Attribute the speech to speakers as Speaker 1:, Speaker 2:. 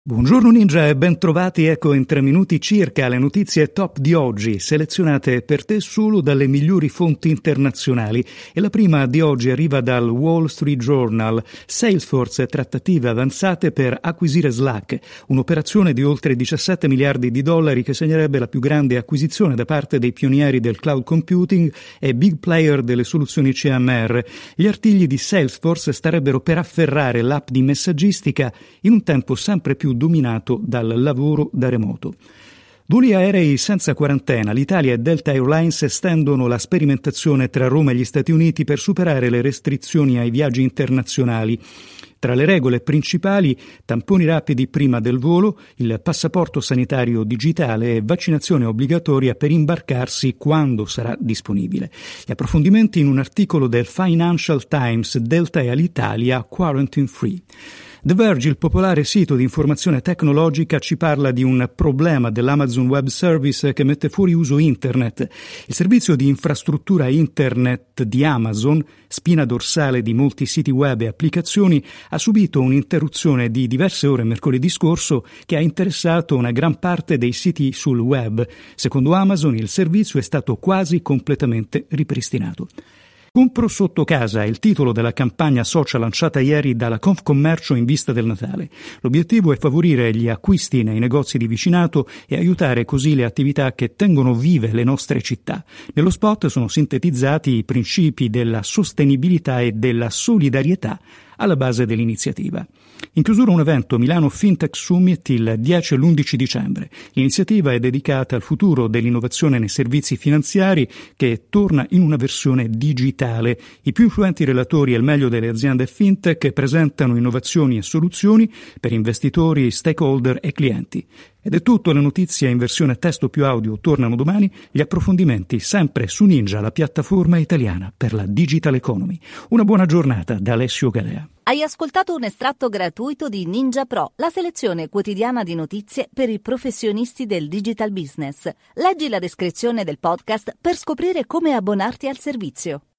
Speaker 1: Buongiorno Ninja e ben trovati, ecco in 3 minuti circa le notizie top di oggi, selezionate per te solo dalle migliori fonti internazionali. E la prima di oggi arriva dal Wall Street Journal. Salesforce trattative avanzate per acquisire Slack, un'operazione di oltre 17 miliardi di dollari che segnerebbe la più grande acquisizione da parte dei pionieri del cloud computing e big player delle soluzioni CMR. Gli artigli di Salesforce starebbero per afferrare l'app di messaggistica in un tempo sempre più dominato dal lavoro da remoto. Voli aerei senza quarantena. L'Italia e Delta Airlines estendono la sperimentazione tra Roma e gli Stati Uniti per superare le restrizioni ai viaggi internazionali. Tra le regole principali, tamponi rapidi prima del volo, il passaporto sanitario digitale e vaccinazione obbligatoria per imbarcarsi quando sarà disponibile. Gli approfondimenti in un articolo del Financial Times. Delta e Alitalia quarantine free. The Verge, il popolare sito di informazione tecnologica, ci parla di un problema dell'Amazon Web Service che mette fuori uso Internet. Il servizio di infrastruttura Internet di Amazon, spina dorsale di molti siti web e applicazioni, ha subito un'interruzione di diverse ore mercoledì scorso che ha interessato una gran parte dei siti sul web. Secondo Amazon, il servizio è stato quasi completamente ripristinato. Compro sotto casa è il titolo della campagna social lanciata ieri dalla Confcommercio in vista del Natale. L'obiettivo è favorire gli acquisti nei negozi di vicinato e aiutare così le attività che tengono vive le nostre città. Nello spot sono sintetizzati i principi della sostenibilità e della solidarietà alla base dell'iniziativa. In chiusura un evento Milano Fintech Summit il 10 e l'11 dicembre. L'iniziativa è dedicata al futuro dell'innovazione nei servizi finanziari che torna in una versione digitale. I più influenti relatori e il meglio delle aziende fintech presentano innovazioni e soluzioni per investitori, stakeholder e clienti. Ed è tutto, le notizie in versione testo più audio tornano domani, gli approfondimenti sempre su Ninja, la piattaforma italiana per la digital economy. Una buona giornata da Alessio Galea.
Speaker 2: Hai ascoltato un estratto gratuito di Ninja Pro, la selezione quotidiana di notizie per i professionisti del digital business. Leggi la descrizione del podcast per scoprire come abbonarti al servizio.